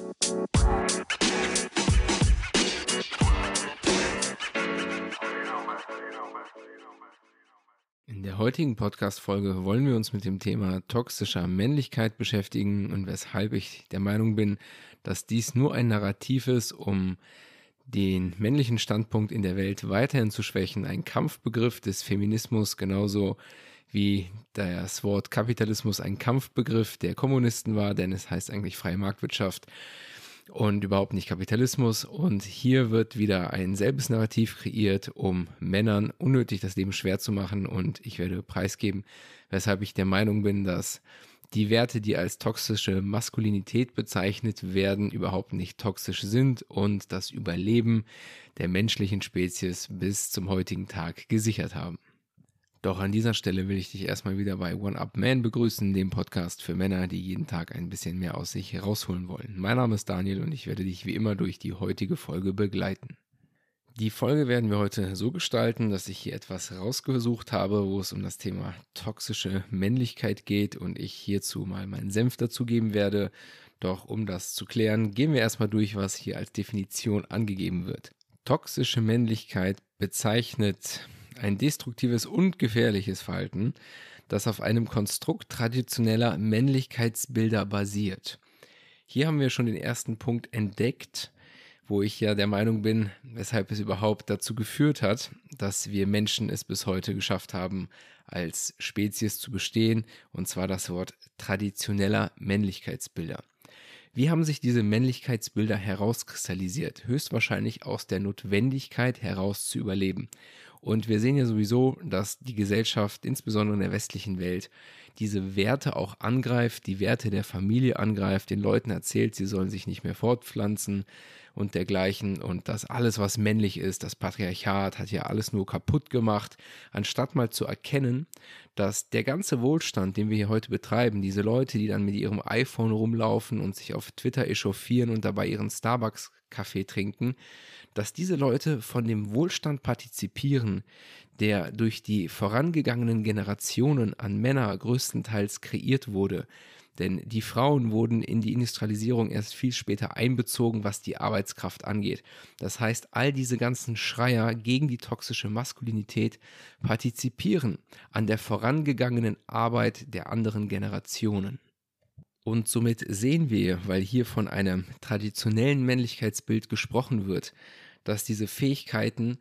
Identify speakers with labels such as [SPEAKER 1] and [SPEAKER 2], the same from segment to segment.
[SPEAKER 1] In der heutigen Podcast-Folge wollen wir uns mit dem Thema toxischer Männlichkeit beschäftigen und weshalb ich der Meinung bin, dass dies nur ein Narrativ ist, um den männlichen Standpunkt in der Welt weiterhin zu schwächen. Ein Kampfbegriff des Feminismus, genauso wie das Wort Kapitalismus ein Kampfbegriff der Kommunisten war, denn es heißt eigentlich freie Marktwirtschaft und überhaupt nicht Kapitalismus. Und hier wird wieder ein selbes Narrativ kreiert, um Männern unnötig das Leben schwer zu machen. Und ich werde preisgeben, weshalb ich der Meinung bin, dass die Werte, die als toxische Maskulinität bezeichnet werden, überhaupt nicht toxisch sind und das Überleben der menschlichen Spezies bis zum heutigen Tag gesichert haben. Doch an dieser Stelle will ich dich erstmal wieder bei One Up Man begrüßen, dem Podcast für Männer, die jeden Tag ein bisschen mehr aus sich herausholen wollen. Mein Name ist Daniel und ich werde dich wie immer durch die heutige Folge begleiten. Die Folge werden wir heute so gestalten, dass ich hier etwas rausgesucht habe, wo es um das Thema toxische Männlichkeit geht und ich hierzu mal meinen Senf dazugeben werde. Doch um das zu klären, gehen wir erstmal durch, was hier als Definition angegeben wird. Toxische Männlichkeit bezeichnet ein destruktives und gefährliches Verhalten, das auf einem Konstrukt traditioneller Männlichkeitsbilder basiert. Hier haben wir schon den ersten Punkt entdeckt, wo ich ja der Meinung bin, weshalb es überhaupt dazu geführt hat, dass wir Menschen es bis heute geschafft haben, als Spezies zu bestehen, und zwar das Wort traditioneller Männlichkeitsbilder. Wie haben sich diese Männlichkeitsbilder herauskristallisiert? Höchstwahrscheinlich aus der Notwendigkeit heraus zu überleben. Und wir sehen ja sowieso, dass die Gesellschaft, insbesondere in der westlichen Welt, diese Werte auch angreift, die Werte der Familie angreift, den Leuten erzählt, sie sollen sich nicht mehr fortpflanzen und dergleichen. Und das alles, was männlich ist, das Patriarchat hat ja alles nur kaputt gemacht, anstatt mal zu erkennen, dass der ganze Wohlstand, den wir hier heute betreiben, diese Leute, die dann mit ihrem iPhone rumlaufen und sich auf Twitter echauffieren und dabei ihren Starbucks-Kaffee trinken, dass diese Leute von dem Wohlstand partizipieren, der durch die vorangegangenen Generationen an Männer größtenteils kreiert wurde. Denn die Frauen wurden in die Industrialisierung erst viel später einbezogen, was die Arbeitskraft angeht. Das heißt, all diese ganzen Schreier gegen die toxische Maskulinität partizipieren an der vorangegangenen Arbeit der anderen Generationen. Und somit sehen wir, weil hier von einem traditionellen Männlichkeitsbild gesprochen wird, dass diese Fähigkeiten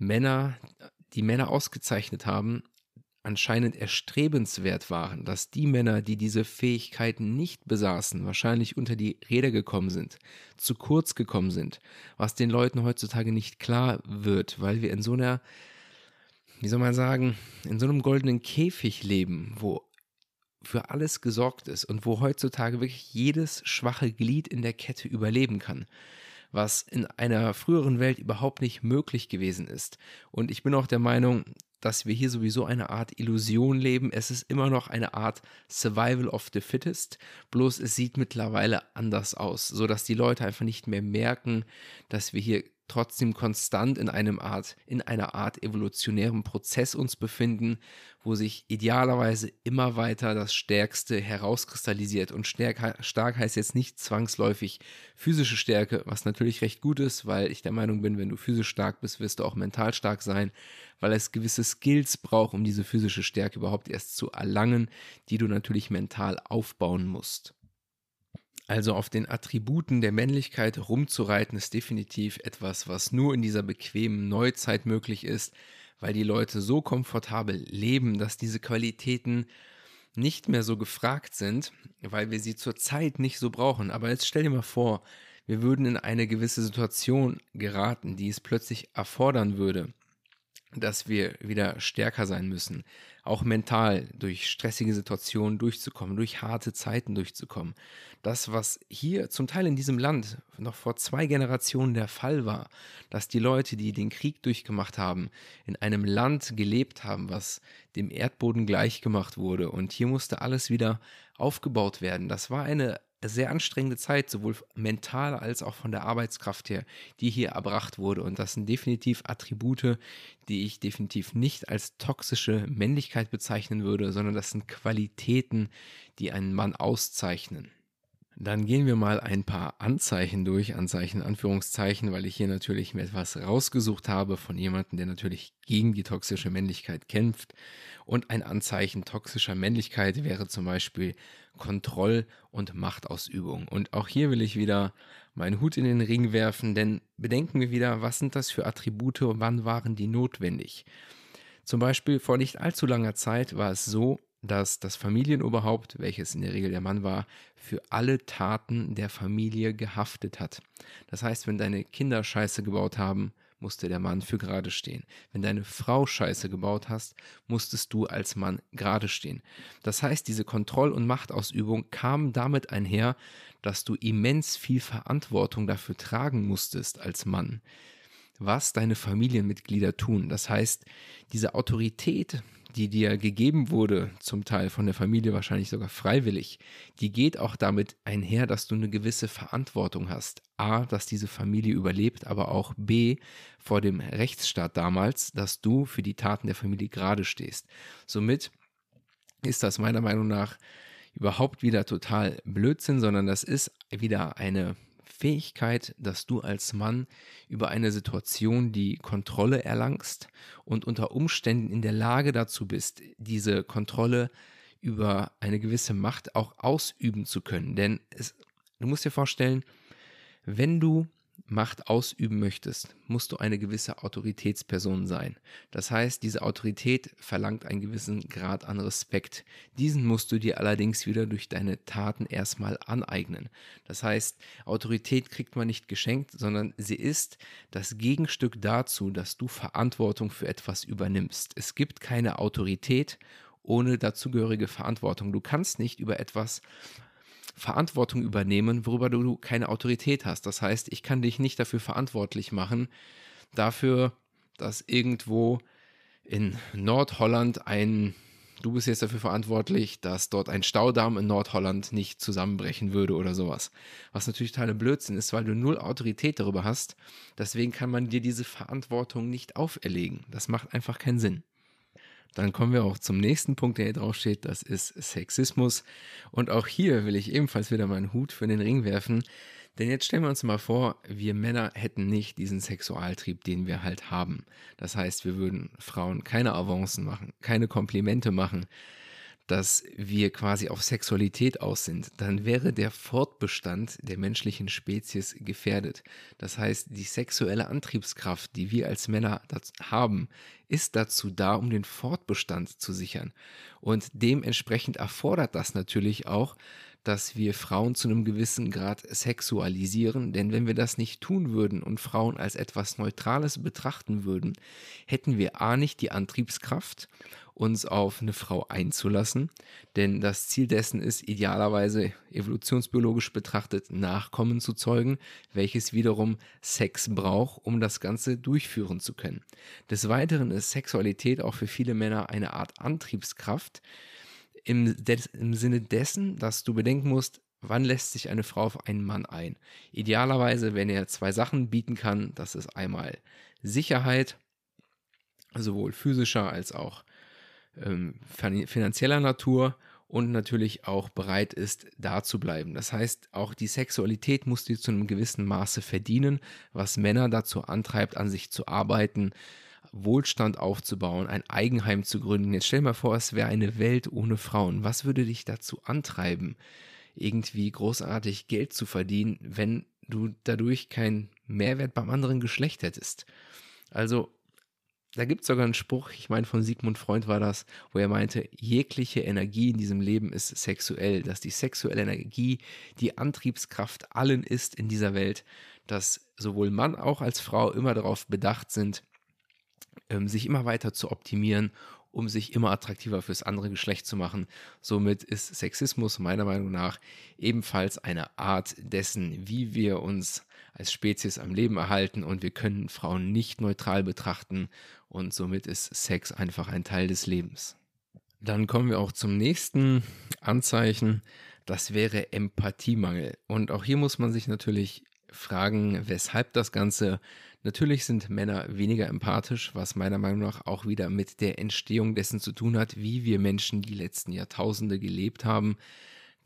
[SPEAKER 1] die Männer ausgezeichnet haben, anscheinend erstrebenswert waren, dass die Männer, die diese Fähigkeiten nicht besaßen, wahrscheinlich unter die Räder gekommen sind, zu kurz gekommen sind, was den Leuten heutzutage nicht klar wird, weil wir in so einer, wie soll man sagen, in so einem goldenen Käfig leben, wo für alles gesorgt ist und wo heutzutage wirklich jedes schwache Glied in der Kette überleben kann, was in einer früheren Welt überhaupt nicht möglich gewesen ist. Und ich bin auch der Meinung, dass wir hier sowieso eine Art Illusion leben. Es ist immer noch eine Art Survival of the Fittest, bloß es sieht mittlerweile anders aus, sodass die Leute einfach nicht mehr merken, dass wir hier trotzdem konstant in einer Art evolutionären Prozess uns befinden, wo sich idealerweise immer weiter das Stärkste herauskristallisiert. Und stark heißt jetzt nicht zwangsläufig physische Stärke, was natürlich recht gut ist, weil ich der Meinung bin, wenn du physisch stark bist, wirst du auch mental stark sein, weil es gewisse Skills braucht, um diese physische Stärke überhaupt erst zu erlangen, die du natürlich mental aufbauen musst. Also auf den Attributen der Männlichkeit rumzureiten, ist definitiv etwas, was nur in dieser bequemen Neuzeit möglich ist, weil die Leute so komfortabel leben, dass diese Qualitäten nicht mehr so gefragt sind, weil wir sie zurzeit nicht so brauchen. Aber jetzt stell dir mal vor, wir würden in eine gewisse Situation geraten, die es plötzlich erfordern würde, dass wir wieder stärker sein müssen, auch mental durch stressige Situationen durchzukommen, durch harte Zeiten durchzukommen. Das, was hier zum Teil in diesem Land noch vor 2 Generationen der Fall war, dass die Leute, die den Krieg durchgemacht haben, in einem Land gelebt haben, was dem Erdboden gleichgemacht wurde, und hier musste alles wieder aufgebaut werden. Das war eine sehr anstrengende Zeit, sowohl mental als auch von der Arbeitskraft her, die hier erbracht wurde. Und das sind definitiv Attribute, die ich definitiv nicht als toxische Männlichkeit bezeichnen würde, sondern das sind Qualitäten, die einen Mann auszeichnen. Dann gehen wir mal ein paar Anzeichen durch, Anzeichen, Anführungszeichen, weil ich hier natürlich mir etwas rausgesucht habe von jemandem, der natürlich gegen die toxische Männlichkeit kämpft. Und ein Anzeichen toxischer Männlichkeit wäre zum Beispiel Kontroll- und Machtausübung. Und auch hier will ich wieder meinen Hut in den Ring werfen, denn bedenken wir wieder, was sind das für Attribute und wann waren die notwendig? Zum Beispiel vor nicht allzu langer Zeit war es so, dass das Familienoberhaupt, welches in der Regel der Mann war, für alle Taten der Familie gehaftet hat. Das heißt, wenn deine Kinder Scheiße gebaut haben, musste der Mann für gerade stehen. Wenn deine Frau Scheiße gebaut hast, musstest du als Mann gerade stehen. Das heißt, diese Kontroll- und Machtausübung kam damit einher, dass du immens viel Verantwortung dafür tragen musstest als Mann, was deine Familienmitglieder tun. Das heißt, diese Autorität, die dir gegeben wurde, zum Teil von der Familie wahrscheinlich sogar freiwillig, die geht auch damit einher, dass du eine gewisse Verantwortung hast. A, dass diese Familie überlebt, aber auch B, vor dem Rechtsstaat damals, dass du für die Taten der Familie gerade stehst. Somit ist das meiner Meinung nach überhaupt wieder total Blödsinn, sondern das ist wieder eine Fähigkeit, dass du als Mann über eine Situation die Kontrolle erlangst und unter Umständen in der Lage dazu bist, diese Kontrolle über eine gewisse Macht auch ausüben zu können. Denn du musst dir vorstellen, wenn du Macht ausüben möchtest, musst du eine gewisse Autoritätsperson sein. Das heißt, diese Autorität verlangt einen gewissen Grad an Respekt. Diesen musst du dir allerdings wieder durch deine Taten erstmal aneignen. Das heißt, Autorität kriegt man nicht geschenkt, sondern sie ist das Gegenstück dazu, dass du Verantwortung für etwas übernimmst. Es gibt keine Autorität ohne dazugehörige Verantwortung. Du kannst nicht über etwas Verantwortung übernehmen, worüber du keine Autorität hast. Das heißt, ich kann dich nicht dafür verantwortlich machen, dafür, dass irgendwo in Nordholland du bist jetzt dafür verantwortlich, dass dort ein Staudamm in Nordholland nicht zusammenbrechen würde oder sowas. Was natürlich totaler Blödsinn ist, weil du null Autorität darüber hast. Deswegen kann man dir diese Verantwortung nicht auferlegen. Das macht einfach keinen Sinn. Dann kommen wir auch zum nächsten Punkt, der hier drauf steht, das ist Sexismus. Und auch hier will ich ebenfalls wieder meinen Hut für den Ring werfen, denn jetzt stellen wir uns mal vor, wir Männer hätten nicht diesen Sexualtrieb, den wir halt haben. Das heißt, wir würden Frauen keine Avancen machen, keine Komplimente machen, dass wir quasi auf Sexualität aus sind, dann wäre der Fortbestand der menschlichen Spezies gefährdet. Das heißt, die sexuelle Antriebskraft, die wir als Männer haben, ist dazu da, um den Fortbestand zu sichern. Und dementsprechend erfordert das natürlich auch, dass wir Frauen zu einem gewissen Grad sexualisieren, denn wenn wir das nicht tun würden und Frauen als etwas Neutrales betrachten würden, hätten wir A nicht die Antriebskraft, uns auf eine Frau einzulassen, denn das Ziel dessen ist idealerweise evolutionsbiologisch betrachtet Nachkommen zu zeugen, welches wiederum Sex braucht, um das Ganze durchführen zu können. Des Weiteren ist Sexualität auch für viele Männer eine Art Antriebskraft, im Sinne dessen, dass du bedenken musst, wann lässt sich eine Frau auf einen Mann ein. Idealerweise, wenn er zwei Sachen bieten kann, das ist einmal Sicherheit, sowohl physischer als auch finanzieller Natur und natürlich auch bereit ist, da zu bleiben. Das heißt, auch die Sexualität muss dir zu einem gewissen Maße verdienen, was Männer dazu antreibt, an sich zu arbeiten, Wohlstand aufzubauen, ein Eigenheim zu gründen. Jetzt stell dir mal vor, es wäre eine Welt ohne Frauen. Was würde dich dazu antreiben, irgendwie großartig Geld zu verdienen, wenn du dadurch keinen Mehrwert beim anderen Geschlecht hättest? Also, da gibt es sogar einen Spruch, ich meine von Sigmund Freud war das, wo er meinte, jegliche Energie in diesem Leben ist sexuell, dass die sexuelle Energie die Antriebskraft allen ist in dieser Welt, dass sowohl Mann auch als Frau immer darauf bedacht sind, sich immer weiter zu optimieren, um sich immer attraktiver fürs andere Geschlecht zu machen. Somit ist Sexismus meiner Meinung nach ebenfalls eine Art dessen, wie wir uns als Spezies am Leben erhalten, und wir können Frauen nicht neutral betrachten und somit ist Sex einfach ein Teil des Lebens. Dann kommen wir auch zum nächsten Anzeichen, das wäre Empathiemangel. Und auch hier muss man sich natürlich fragen, weshalb das Ganze. Natürlich sind Männer weniger empathisch, was meiner Meinung nach auch wieder mit der Entstehung dessen zu tun hat, wie wir Menschen die letzten Jahrtausende gelebt haben.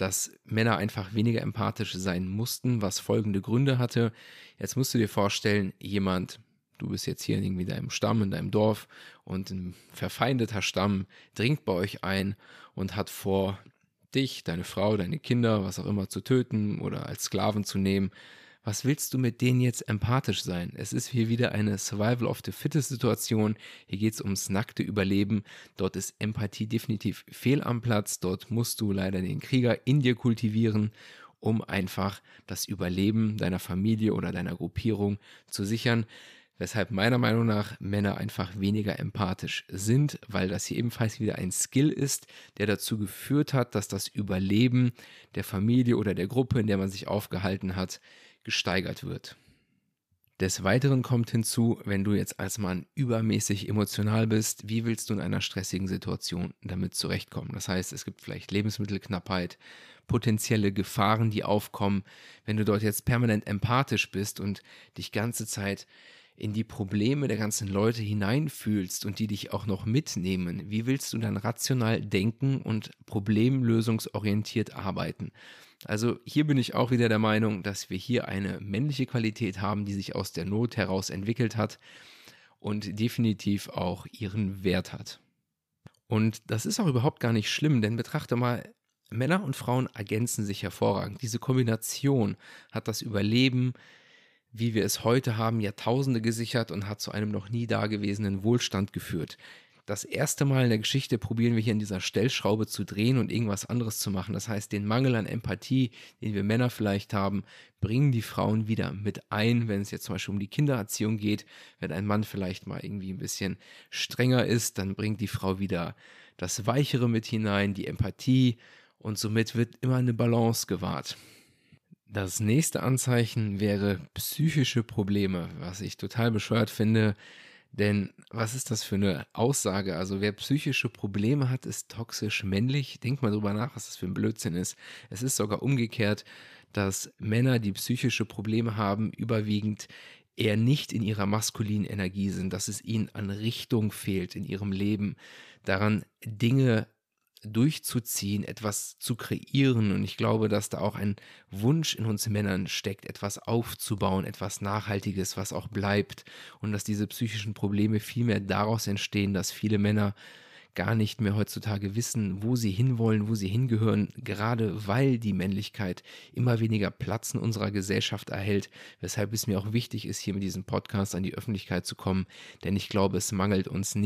[SPEAKER 1] dass Männer einfach weniger empathisch sein mussten, was folgende Gründe hatte. Jetzt musst du dir vorstellen, du bist jetzt hier irgendwie in deinem Stamm, in deinem Dorf und ein verfeindeter Stamm dringt bei euch ein und hat vor, dich, deine Frau, deine Kinder, was auch immer zu töten oder als Sklaven zu nehmen. Was willst du mit denen jetzt empathisch sein? Es ist hier wieder eine Survival of the Fittest Situation. Hier geht es ums nackte Überleben. Dort ist Empathie definitiv fehl am Platz. Dort musst du leider den Krieger in dir kultivieren, um einfach das Überleben deiner Familie oder deiner Gruppierung zu sichern. Weshalb meiner Meinung nach Männer einfach weniger empathisch sind, weil das hier ebenfalls wieder ein Skill ist, der dazu geführt hat, dass das Überleben der Familie oder der Gruppe, in der man sich aufgehalten hat, gesteigert wird. Des Weiteren kommt hinzu, wenn du jetzt als Mann übermäßig emotional bist, wie willst du in einer stressigen Situation damit zurechtkommen? Das heißt, es gibt vielleicht Lebensmittelknappheit, potenzielle Gefahren, die aufkommen. Wenn du dort jetzt permanent empathisch bist und dich ganze Zeit in die Probleme der ganzen Leute hineinfühlst und die dich auch noch mitnehmen, wie willst du dann rational denken und problemlösungsorientiert arbeiten? Also hier bin ich auch wieder der Meinung, dass wir hier eine männliche Qualität haben, die sich aus der Not heraus entwickelt hat und definitiv auch ihren Wert hat. Und das ist auch überhaupt gar nicht schlimm, denn betrachte mal, Männer und Frauen ergänzen sich hervorragend. Diese Kombination hat das Überleben, wie wir es heute haben, Jahrtausende gesichert und hat zu einem noch nie dagewesenen Wohlstand geführt. Das erste Mal in der Geschichte probieren wir hier an dieser Stellschraube zu drehen und irgendwas anderes zu machen. Das heißt, den Mangel an Empathie, den wir Männer vielleicht haben, bringen die Frauen wieder mit ein, wenn es jetzt zum Beispiel um die Kindererziehung geht. Wenn ein Mann vielleicht mal irgendwie ein bisschen strenger ist, dann bringt die Frau wieder das Weichere mit hinein, die Empathie, und somit wird immer eine Balance gewahrt. Das nächste Anzeichen wäre psychische Probleme, was ich total bescheuert finde, denn was ist das für eine Aussage? Also wer psychische Probleme hat, ist toxisch männlich. Denk mal drüber nach, was das für ein Blödsinn ist. Es ist sogar umgekehrt, dass Männer, die psychische Probleme haben, überwiegend eher nicht in ihrer maskulinen Energie sind, dass es ihnen an Richtung fehlt in ihrem Leben, daran Dinge durchzuziehen, etwas zu kreieren. Und ich glaube, dass da auch ein Wunsch in uns Männern steckt, etwas aufzubauen, etwas Nachhaltiges, was auch bleibt. Und dass diese psychischen Probleme vielmehr daraus entstehen, dass viele Männer gar nicht mehr heutzutage wissen, wo sie hinwollen, wo sie hingehören, gerade weil die Männlichkeit immer weniger Platz in unserer Gesellschaft erhält, weshalb es mir auch wichtig ist, hier mit diesem Podcast an die Öffentlichkeit zu kommen, denn ich glaube, es mangelt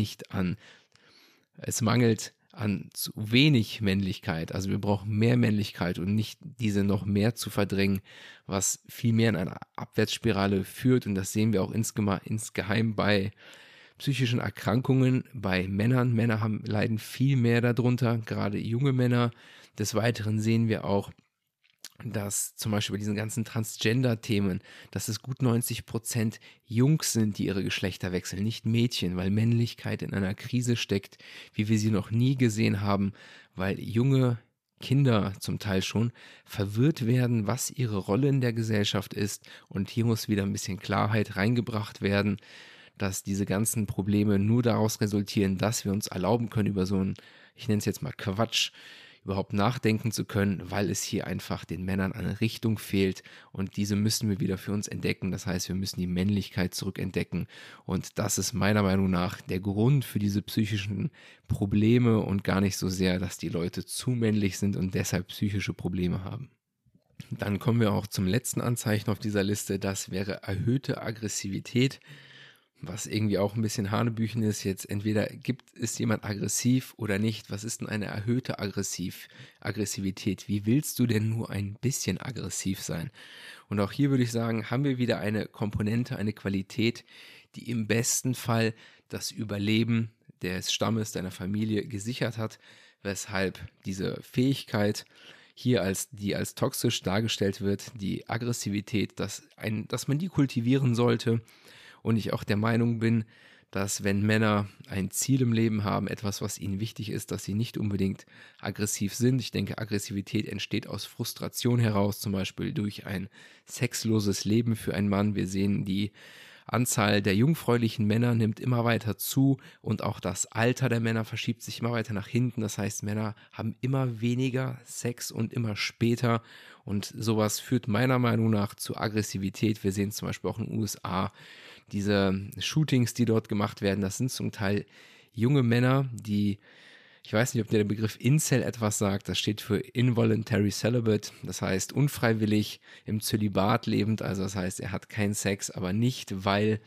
[SPEAKER 1] an zu wenig Männlichkeit. Also wir brauchen mehr Männlichkeit und nicht diese noch mehr zu verdrängen, was viel mehr in eine Abwärtsspirale führt. Und das sehen wir auch insgeheim bei psychischen Erkrankungen bei Männern. Männer leiden viel mehr darunter, gerade junge Männer. Des Weiteren sehen wir auch, dass zum Beispiel bei diesen ganzen Transgender-Themen, dass es gut 90% Jungs sind, die ihre Geschlechter wechseln, nicht Mädchen, weil Männlichkeit in einer Krise steckt, wie wir sie noch nie gesehen haben, weil junge Kinder zum Teil schon verwirrt werden, was ihre Rolle in der Gesellschaft ist. Und hier muss wieder ein bisschen Klarheit reingebracht werden, dass diese ganzen Probleme nur daraus resultieren, dass wir uns erlauben können, über so einen, ich nenne es jetzt mal Quatsch, überhaupt nachdenken zu können, weil es hier einfach den Männern eine Richtung fehlt und diese müssen wir wieder für uns entdecken. Das heißt, wir müssen die Männlichkeit zurückentdecken und das ist meiner Meinung nach der Grund für diese psychischen Probleme und gar nicht so sehr, dass die Leute zu männlich sind und deshalb psychische Probleme haben. Dann kommen wir auch zum letzten Anzeichen auf dieser Liste, das wäre erhöhte Aggressivität. Was irgendwie auch ein bisschen Hanebüchen ist, jetzt entweder ist jemand aggressiv oder nicht. Was ist denn eine erhöhte Aggressivität? Wie willst du denn nur ein bisschen aggressiv sein? Und auch hier würde ich sagen, haben wir wieder eine Komponente, eine Qualität, die im besten Fall das Überleben des Stammes, deiner Familie gesichert hat, weshalb diese Fähigkeit hier als toxisch dargestellt wird, die Aggressivität, dass man die kultivieren sollte. Und ich auch der Meinung bin, dass wenn Männer ein Ziel im Leben haben, etwas, was ihnen wichtig ist, dass sie nicht unbedingt aggressiv sind. Ich denke, Aggressivität entsteht aus Frustration heraus, zum Beispiel durch ein sexloses Leben für einen Mann. Wir sehen die Anzahl der jungfräulichen Männer nimmt immer weiter zu und auch das Alter der Männer verschiebt sich immer weiter nach hinten. Das heißt, Männer haben immer weniger Sex und immer später und sowas führt meiner Meinung nach zu Aggressivität. Wir sehen zum Beispiel auch in den USA diese Shootings, die dort gemacht werden. Das sind zum Teil junge Männer, die, ich weiß nicht, ob dir der Begriff Incel etwas sagt, das steht für Involuntary Celibate, das heißt unfreiwillig im Zölibat lebend, also das heißt, er hat keinen Sex, aber nicht, weil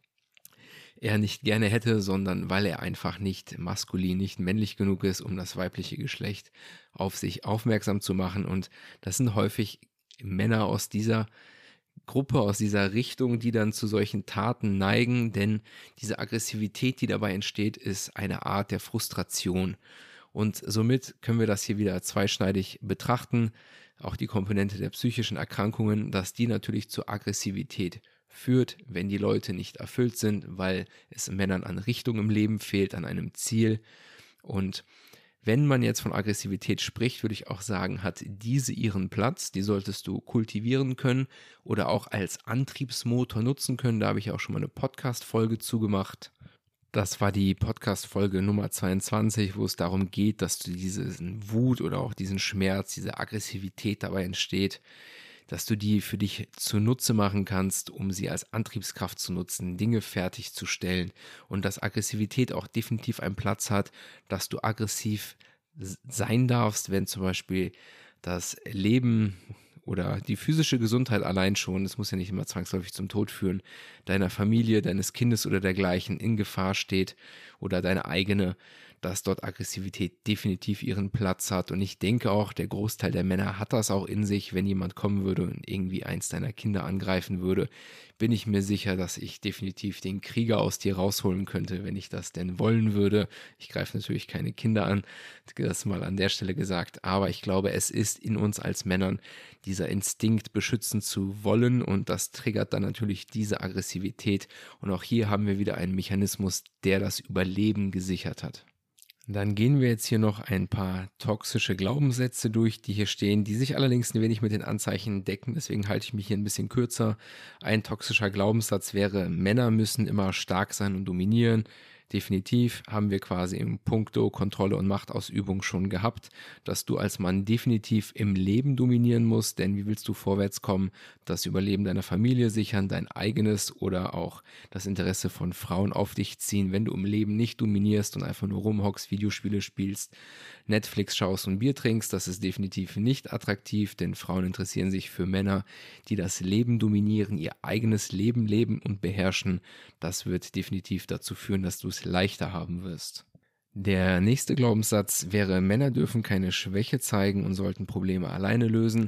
[SPEAKER 1] er nicht gerne hätte, sondern weil er einfach nicht maskulin, nicht männlich genug ist, um das weibliche Geschlecht auf sich aufmerksam zu machen. Und das sind häufig Männer aus dieser Gruppe, aus dieser Richtung, die dann zu solchen Taten neigen, denn diese Aggressivität, die dabei entsteht, ist eine Art der Frustration. Und somit können wir das hier wieder zweischneidig betrachten, auch die Komponente der psychischen Erkrankungen, dass die natürlich zur Aggressivität führt, wenn die Leute nicht erfüllt sind, weil es Männern an Richtung im Leben fehlt, an einem Ziel. Und wenn man jetzt von Aggressivität spricht, würde ich auch sagen, hat diese ihren Platz. Die solltest du kultivieren können oder auch als Antriebsmotor nutzen können. Da habe ich auch schon mal eine Podcast-Folge zugemacht. Das war die Podcast-Folge Nummer 22, wo es darum geht, dass du diesen Wut oder auch diesen Schmerz, diese Aggressivität dabei entsteht, dass du die für dich zunutze machen kannst, um sie als Antriebskraft zu nutzen, Dinge fertigzustellen und dass Aggressivität auch definitiv einen Platz hat, dass du aggressiv sein darfst, wenn zum Beispiel das Leben oder die physische Gesundheit allein schon, es muss ja nicht immer zwangsläufig zum Tod führen, deiner Familie, deines Kindes oder dergleichen in Gefahr steht oder deine eigene, dass dort Aggressivität definitiv ihren Platz hat. Und ich denke auch, der Großteil der Männer hat das auch in sich. Wenn jemand kommen würde und irgendwie eins deiner Kinder angreifen würde, bin ich mir sicher, dass ich definitiv den Krieger aus dir rausholen könnte, wenn ich das denn wollen würde. Ich greife natürlich keine Kinder an, das mal an der Stelle gesagt. Aber ich glaube, es ist in uns als Männern dieser Instinkt, beschützen zu wollen. Und das triggert dann natürlich diese Aggressivität. Und auch hier haben wir wieder einen Mechanismus, der das Überleben gesichert hat. Dann gehen wir jetzt hier noch ein paar toxische Glaubenssätze durch, die hier stehen, die sich allerdings ein wenig mit den Anzeichen decken. Deswegen halte ich mich hier ein bisschen kürzer. Ein toxischer Glaubenssatz wäre, Männer müssen immer stark sein und dominieren. Definitiv haben wir quasi im Punkto Kontrolle und Machtausübung schon gehabt, dass du als Mann definitiv im Leben dominieren musst, denn wie willst du vorwärts kommen, das Überleben deiner Familie sichern, dein eigenes oder auch das Interesse von Frauen auf dich ziehen, wenn du im Leben nicht dominierst und einfach nur rumhockst, Videospiele spielst, Netflix schaust und Bier trinkst, das ist definitiv nicht attraktiv, denn Frauen interessieren sich für Männer, die das Leben dominieren, ihr eigenes Leben leben und beherrschen. Das wird definitiv dazu führen, dass du es leichter haben wirst. Der nächste Glaubenssatz wäre, Männer dürfen keine Schwäche zeigen und sollten Probleme alleine lösen.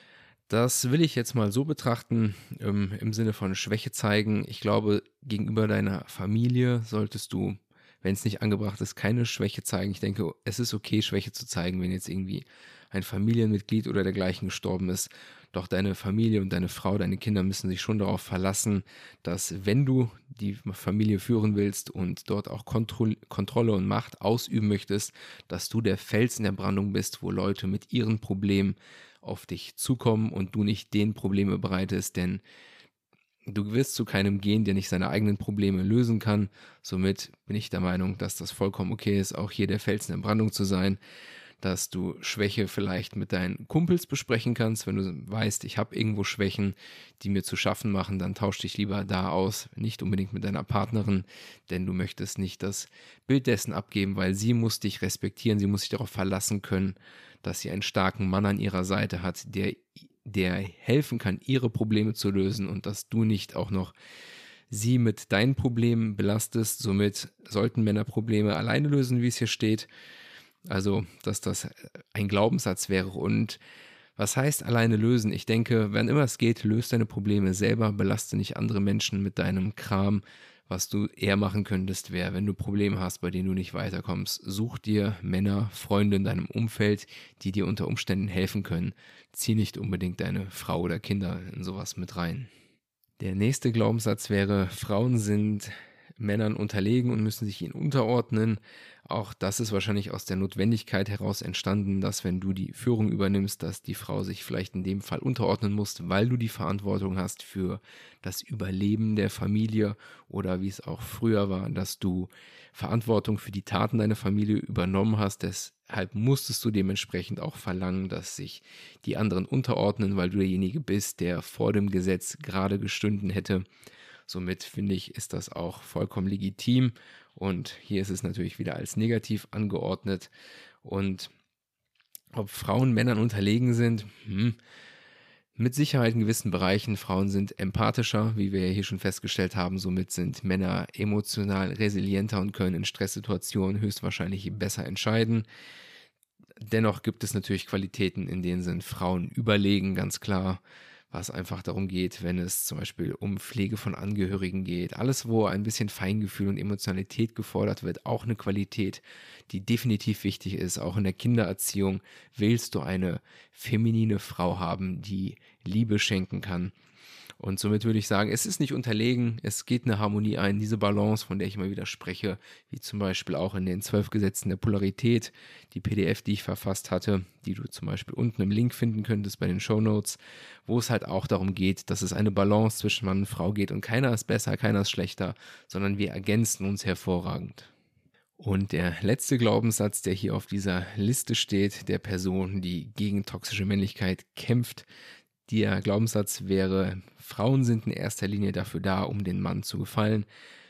[SPEAKER 1] Das will ich jetzt mal so betrachten, im Sinne von Schwäche zeigen. Ich glaube, gegenüber deiner Familie solltest du, wenn es nicht angebracht ist, keine Schwäche zeigen. Ich denke, es ist okay, Schwäche zu zeigen, wenn jetzt irgendwie ein Familienmitglied oder dergleichen gestorben ist. Doch deine Familie und deine Frau, deine Kinder müssen sich schon darauf verlassen, dass wenn du die Familie führen willst und dort auch Kontrolle und Macht ausüben möchtest, dass du der Fels in der Brandung bist, wo Leute mit ihren Problemen auf dich zukommen und du nicht denen Probleme bereitest, denn du wirst zu keinem gehen, der nicht seine eigenen Probleme lösen kann. Somit bin ich der Meinung, dass das vollkommen okay ist, auch hier der Fels in der Brandung zu sein, dass du Schwäche vielleicht mit deinen Kumpels besprechen kannst. Wenn du weißt, ich habe irgendwo Schwächen, die mir zu schaffen machen, dann tausch dich lieber da aus, nicht unbedingt mit deiner Partnerin, denn du möchtest nicht das Bild dessen abgeben, weil sie muss dich respektieren, sie muss sich darauf verlassen können, dass sie einen starken Mann an ihrer Seite hat, der helfen kann, ihre Probleme zu lösen und dass du nicht auch noch sie mit deinen Problemen belastest. Somit sollten Männer Probleme alleine lösen, wie es hier steht. Also, dass das ein Glaubenssatz wäre. Und was heißt alleine lösen? Ich denke, wenn immer es geht, löst deine Probleme selber, belaste nicht andere Menschen mit deinem Kram. Was du eher machen könntest, wäre, wenn du Probleme hast, bei denen du nicht weiterkommst, such dir Männer, Freunde in deinem Umfeld, die dir unter Umständen helfen können. Zieh nicht unbedingt deine Frau oder Kinder in sowas mit rein. Der nächste Glaubenssatz wäre, Frauen sind Männern unterlegen und müssen sich ihnen unterordnen. Auch das ist wahrscheinlich aus der Notwendigkeit heraus entstanden, dass wenn du die Führung übernimmst, dass die Frau sich vielleicht in dem Fall unterordnen muss, weil du die Verantwortung hast für das Überleben der Familie oder wie es auch früher war, dass du Verantwortung für die Taten deiner Familie übernommen hast. Deshalb musstest du dementsprechend auch verlangen, dass sich die anderen unterordnen, weil du derjenige bist, der vor dem Gesetz gerade gestanden hätte. Somit finde ich, ist das auch vollkommen legitim und hier ist es natürlich wieder als negativ angeordnet. Und ob Frauen Männern unterlegen sind, mit Sicherheit in gewissen Bereichen. Frauen sind empathischer, wie wir ja hier schon festgestellt haben. Somit sind Männer emotional resilienter und können in Stresssituationen höchstwahrscheinlich besser entscheiden. Dennoch gibt es natürlich Qualitäten, in denen sind Frauen überlegen, ganz klar, was einfach darum geht, wenn es zum Beispiel um Pflege von Angehörigen geht. Alles, wo ein bisschen Feingefühl und Emotionalität gefordert wird, auch eine Qualität, die definitiv wichtig ist. Auch in der Kindererziehung willst du eine feminine Frau haben, die Liebe schenken kann. Und somit würde ich sagen, es ist nicht unterlegen, es geht eine Harmonie ein, diese Balance, von der ich immer wieder spreche, wie zum Beispiel auch in den 12 Gesetzen der Polarität, die PDF, die ich verfasst hatte, die du zum Beispiel unten im Link finden könntest bei den Shownotes, wo es halt auch darum geht, dass es eine Balance zwischen Mann und Frau geht und keiner ist besser, keiner ist schlechter, sondern wir ergänzen uns hervorragend. Und der letzte Glaubenssatz, der hier auf dieser Liste steht, der Person, die gegen toxische Männlichkeit kämpft, der Glaubenssatz wäre, Frauen sind in erster Linie dafür da, um den Mann zu gefallen.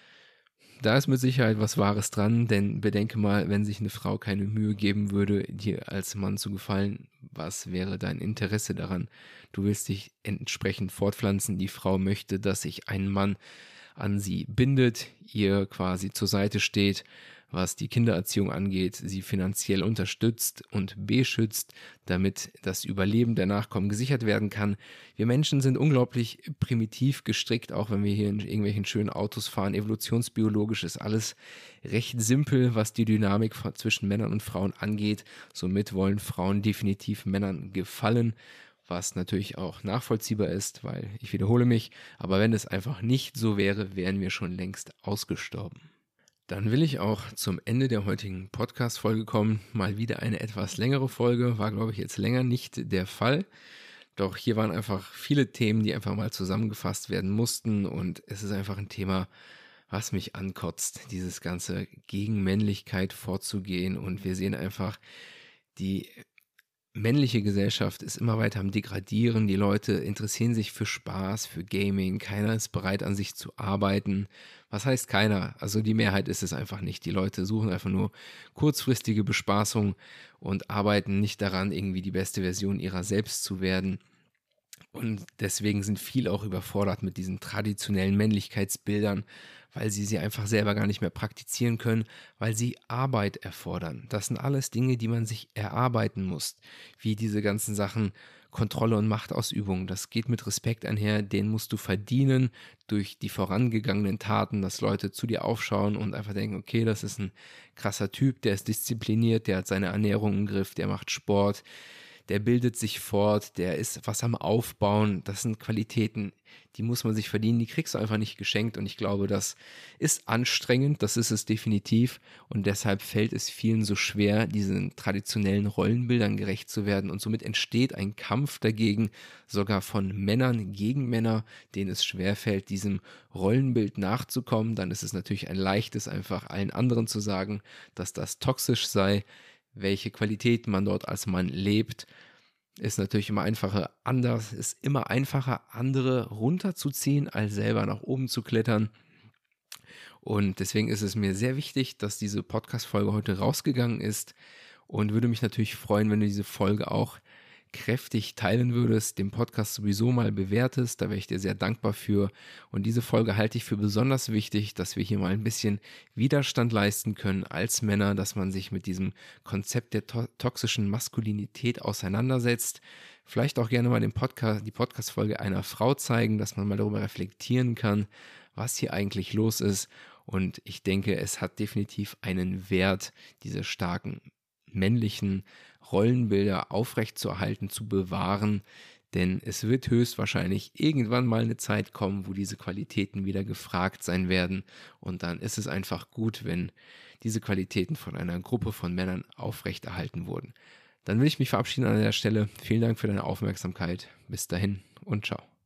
[SPEAKER 1] Da ist mit Sicherheit was Wahres dran, denn bedenke mal, wenn sich eine Frau keine Mühe geben würde, dir als Mann zu gefallen, was wäre dein Interesse daran? Du willst dich entsprechend fortpflanzen, die Frau möchte, dass sich ein Mann an sie bindet, ihr quasi zur Seite steht, was die Kindererziehung angeht, sie finanziell unterstützt und beschützt, damit das Überleben der Nachkommen gesichert werden kann. Wir Menschen sind unglaublich primitiv gestrickt, auch wenn wir hier in irgendwelchen schönen Autos fahren. Evolutionsbiologisch ist alles recht simpel, was die Dynamik zwischen Männern und Frauen angeht. Somit wollen Frauen definitiv Männern gefallen, was natürlich auch nachvollziehbar ist, weil ich wiederhole mich, aber wenn es einfach nicht so wäre, wären wir schon längst ausgestorben. Dann will ich auch zum Ende der heutigen Podcast-Folge kommen. Mal wieder eine etwas längere Folge, war glaube ich jetzt länger nicht der Fall. Doch hier waren einfach viele Themen, die einfach mal zusammengefasst werden mussten und es ist einfach ein Thema, was mich ankotzt, dieses ganze gegen Männlichkeit vorzugehen und wir sehen einfach, die männliche Gesellschaft ist immer weiter am Degradieren. Die Leute interessieren sich für Spaß, für Gaming. Keiner ist bereit, an sich zu arbeiten. Was heißt keiner? Also die Mehrheit ist es einfach nicht. Die Leute suchen einfach nur kurzfristige Bespaßung und arbeiten nicht daran, irgendwie die beste Version ihrer selbst zu werden. Und deswegen sind viele auch überfordert mit diesen traditionellen Männlichkeitsbildern, weil sie einfach selber gar nicht mehr praktizieren können, weil sie Arbeit erfordern. Das sind alles Dinge, die man sich erarbeiten muss, wie diese ganzen Sachen Kontrolle und Machtausübung. Das geht mit Respekt einher, den musst du verdienen durch die vorangegangenen Taten, dass Leute zu dir aufschauen und einfach denken, okay, das ist ein krasser Typ, der ist diszipliniert, der hat seine Ernährung im Griff, der macht Sport, der bildet sich fort, der ist was am Aufbauen. Das sind Qualitäten, die muss man sich verdienen, die kriegst du einfach nicht geschenkt und ich glaube, das ist anstrengend, das ist es definitiv und deshalb fällt es vielen so schwer, diesen traditionellen Rollenbildern gerecht zu werden und somit entsteht ein Kampf dagegen, sogar von Männern gegen Männer, denen es schwerfällt, diesem Rollenbild nachzukommen. Dann ist es natürlich ein leichtes, einfach allen anderen zu sagen, dass das toxisch sei. Welche Qualitäten man dort als Mann lebt, ist natürlich immer einfacher, andere runterzuziehen, als selber nach oben zu klettern. Und deswegen ist es mir sehr wichtig, dass diese Podcast-Folge heute rausgegangen ist und würde mich natürlich freuen, wenn du diese Folge auch kräftig teilen würdest, den Podcast sowieso mal bewertest, da wäre ich dir sehr dankbar für. Und diese Folge halte ich für besonders wichtig, dass wir hier mal ein bisschen Widerstand leisten können als Männer, dass man sich mit diesem Konzept der toxischen Maskulinität auseinandersetzt. Vielleicht auch gerne mal die Podcast-Folge einer Frau zeigen, dass man mal darüber reflektieren kann, was hier eigentlich los ist. Und ich denke, es hat definitiv einen Wert, diese starken männlichen Rollenbilder aufrechtzuerhalten, zu bewahren, denn es wird höchstwahrscheinlich irgendwann mal eine Zeit kommen, wo diese Qualitäten wieder gefragt sein werden und dann ist es einfach gut, wenn diese Qualitäten von einer Gruppe von Männern aufrechterhalten wurden. Dann will ich mich verabschieden an der Stelle. Vielen Dank für deine Aufmerksamkeit. Bis dahin und ciao.